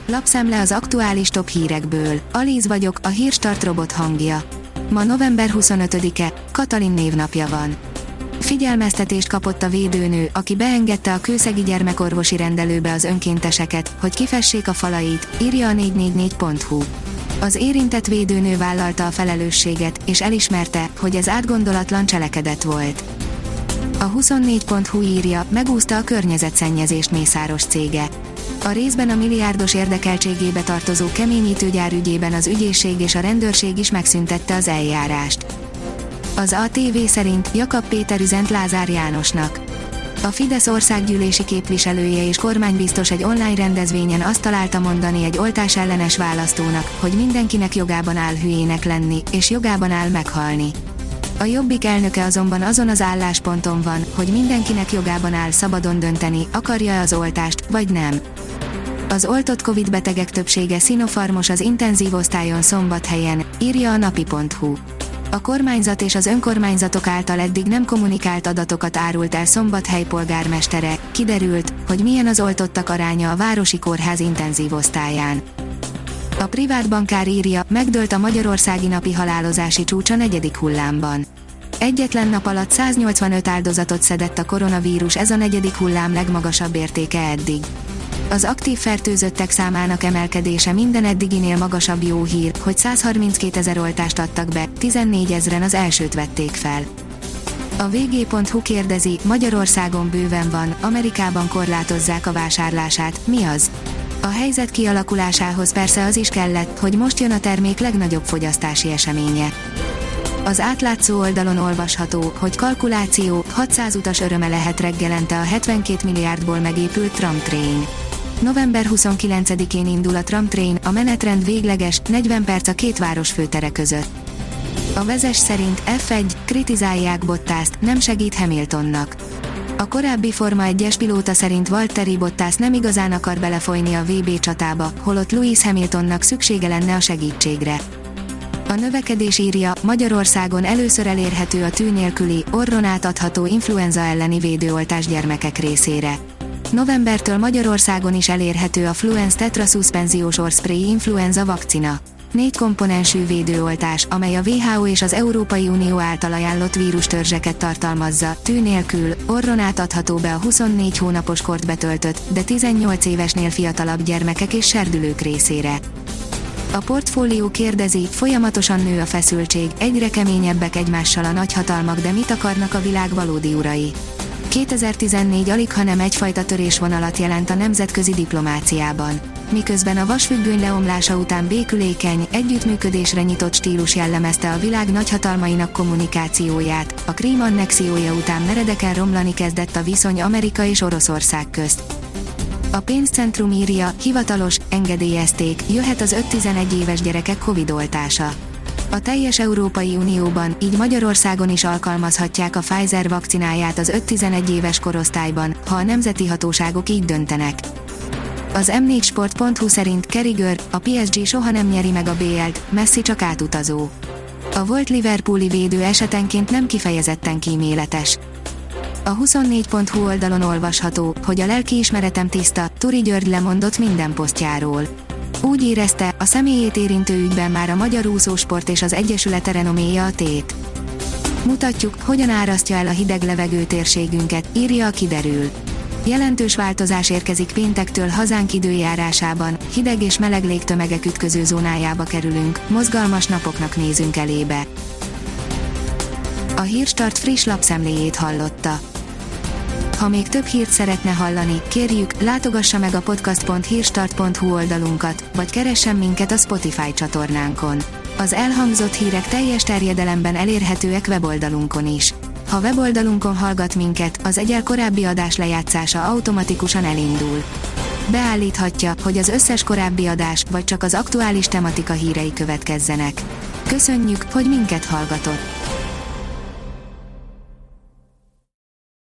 Lapszemle az aktuális top hírekből. Alíz vagyok, a Hírstart robot hangja. Ma november 25-e, Katalin névnapja van. Figyelmeztetést kapott a védőnő, aki beengedte a kőszegi gyermekorvosi rendelőbe az önkénteseket, hogy kifessék a falait, írja a 444.hu. Az érintett védőnő vállalta a felelősséget, és elismerte, hogy ez átgondolatlan cselekedet volt. A 24.hu írja, megúszta a környezetszennyezést Mészáros cége. A részben a milliárdos érdekeltségébe tartozó keményítőgyár ügyében az ügyészség és a rendőrség is megszüntette az eljárást. Az ATV szerint Jakab Péter üzent Lázár Jánosnak. A Fidesz országgyűlési képviselője és kormánybiztos egy online rendezvényen azt találta mondani egy oltásellenes választónak, hogy mindenkinek jogában áll hülyének lenni, és jogában áll meghalni. A Jobbik elnöke azonban azon az állásponton van, hogy mindenkinek jogában áll szabadon dönteni, akarja az oltást, vagy nem. Az oltott Covid betegek többsége Sinopharmos az intenzív osztályon Szombathelyen, írja a napi.hu. A kormányzat és az önkormányzatok által eddig nem kommunikált adatokat árult el Szombathely polgármestere, kiderült, hogy milyen az oltottak aránya a városi kórház intenzív osztályán. A privát bankár írja, megdőlt a magyarországi napi halálozási csúcs a 4. hullámban. Egyetlen nap alatt 185 áldozatot szedett a koronavírus, ez a 4. hullám legmagasabb értéke eddig. Az aktív fertőzöttek számának emelkedése minden eddiginél magasabb jó hír, hogy 132 000 oltást adtak be, 14 000-en az elsőt vették fel. A vg.hu kérdezi, Magyarországon bőven van, Amerikában korlátozzák a vásárlását, mi az? A helyzet kialakulásához persze az is kellett, hogy most jön a termék legnagyobb fogyasztási eseménye. Az átlátszó oldalon olvasható, hogy kalkuláció, 600 utas öröme lehet reggelente a 72 milliárdból megépült tramtrain. November 29-én indul a tramtrain, a menetrend végleges, 40 perc a két város főtere között. A Vezes szerint F1, kritizálják Bottaszt, nem segít Hamiltonnak. A korábbi Forma 1-es pilóta szerint Valtteri Bottas nem igazán akar belefolyni a VB csatába, holott Lewis Hamiltonnak szüksége lenne a segítségre. A növekedés írja, Magyarországon először elérhető a tű nélküli, orron átadható influenza elleni védőoltás gyermekek részére. Novembertől Magyarországon is elérhető a Fluence tetraszuspenziós orrspray influenza vakcina. 4 komponensű védőoltás, amely a WHO és az Európai Unió által ajánlott vírustörzseket tartalmazza, tű nélkül, orron átadható be a 24 hónapos kort betöltött, de 18 évesnél fiatalabb gyermekek és serdülők részére. A portfólió kérdezi, folyamatosan nő a feszültség, egyre keményebbek egymással a nagyhatalmak, de mit akarnak a világ valódi urai? 2014 alighanem egyfajta törésvonalat jelent a nemzetközi diplomáciában. Miközben a vasfüggöny leomlása után békülékeny, együttműködésre nyitott stílus jellemezte a világ nagyhatalmainak kommunikációját, a Krím annexiója után meredeken romlani kezdett a viszony Amerika és Oroszország közt. A pénzcentrum írja, hivatalos, engedélyezték, jöhet az 5-11 éves gyerekek Covid oltása. A teljes Európai Unióban, így Magyarországon is alkalmazhatják a Pfizer vakcináját az 5-11 éves korosztályban, ha a nemzeti hatóságok így döntenek. Az m4sport.hu szerint Carragher, a PSG soha nem nyeri meg a BL-t, Messi csak átutazó. A volt liverpooli védő esetenként nem kifejezetten kíméletes. A 24.hu oldalon olvasható, hogy a lelkiismeretem tiszta, Turi György lemondott minden posztjáról. Úgy érezte, a személyét érintő ügyben már a magyar úszósport és az egyesülete renoméja a tét. Mutatjuk, hogyan árasztja el a hideg levegő térségünket, írja a Kiderül. Jelentős változás érkezik péntektől hazánk időjárásában, hideg és meleg légtömegek ütköző zónájába kerülünk, mozgalmas napoknak nézünk elébe. A Hírstart friss lapszemléjét hallotta. Ha még több hírt szeretne hallani, kérjük, látogassa meg a podcast.hírstart.hu oldalunkat, vagy keressen minket a Spotify csatornánkon. Az elhangzott hírek teljes terjedelemben elérhetőek weboldalunkon is. Ha weboldalunkon hallgat minket, az egyel korábbi adás lejátszása automatikusan elindul. Beállíthatja, hogy az összes korábbi adás, vagy csak az aktuális tematika hírei következzenek. Köszönjük, hogy minket hallgatott!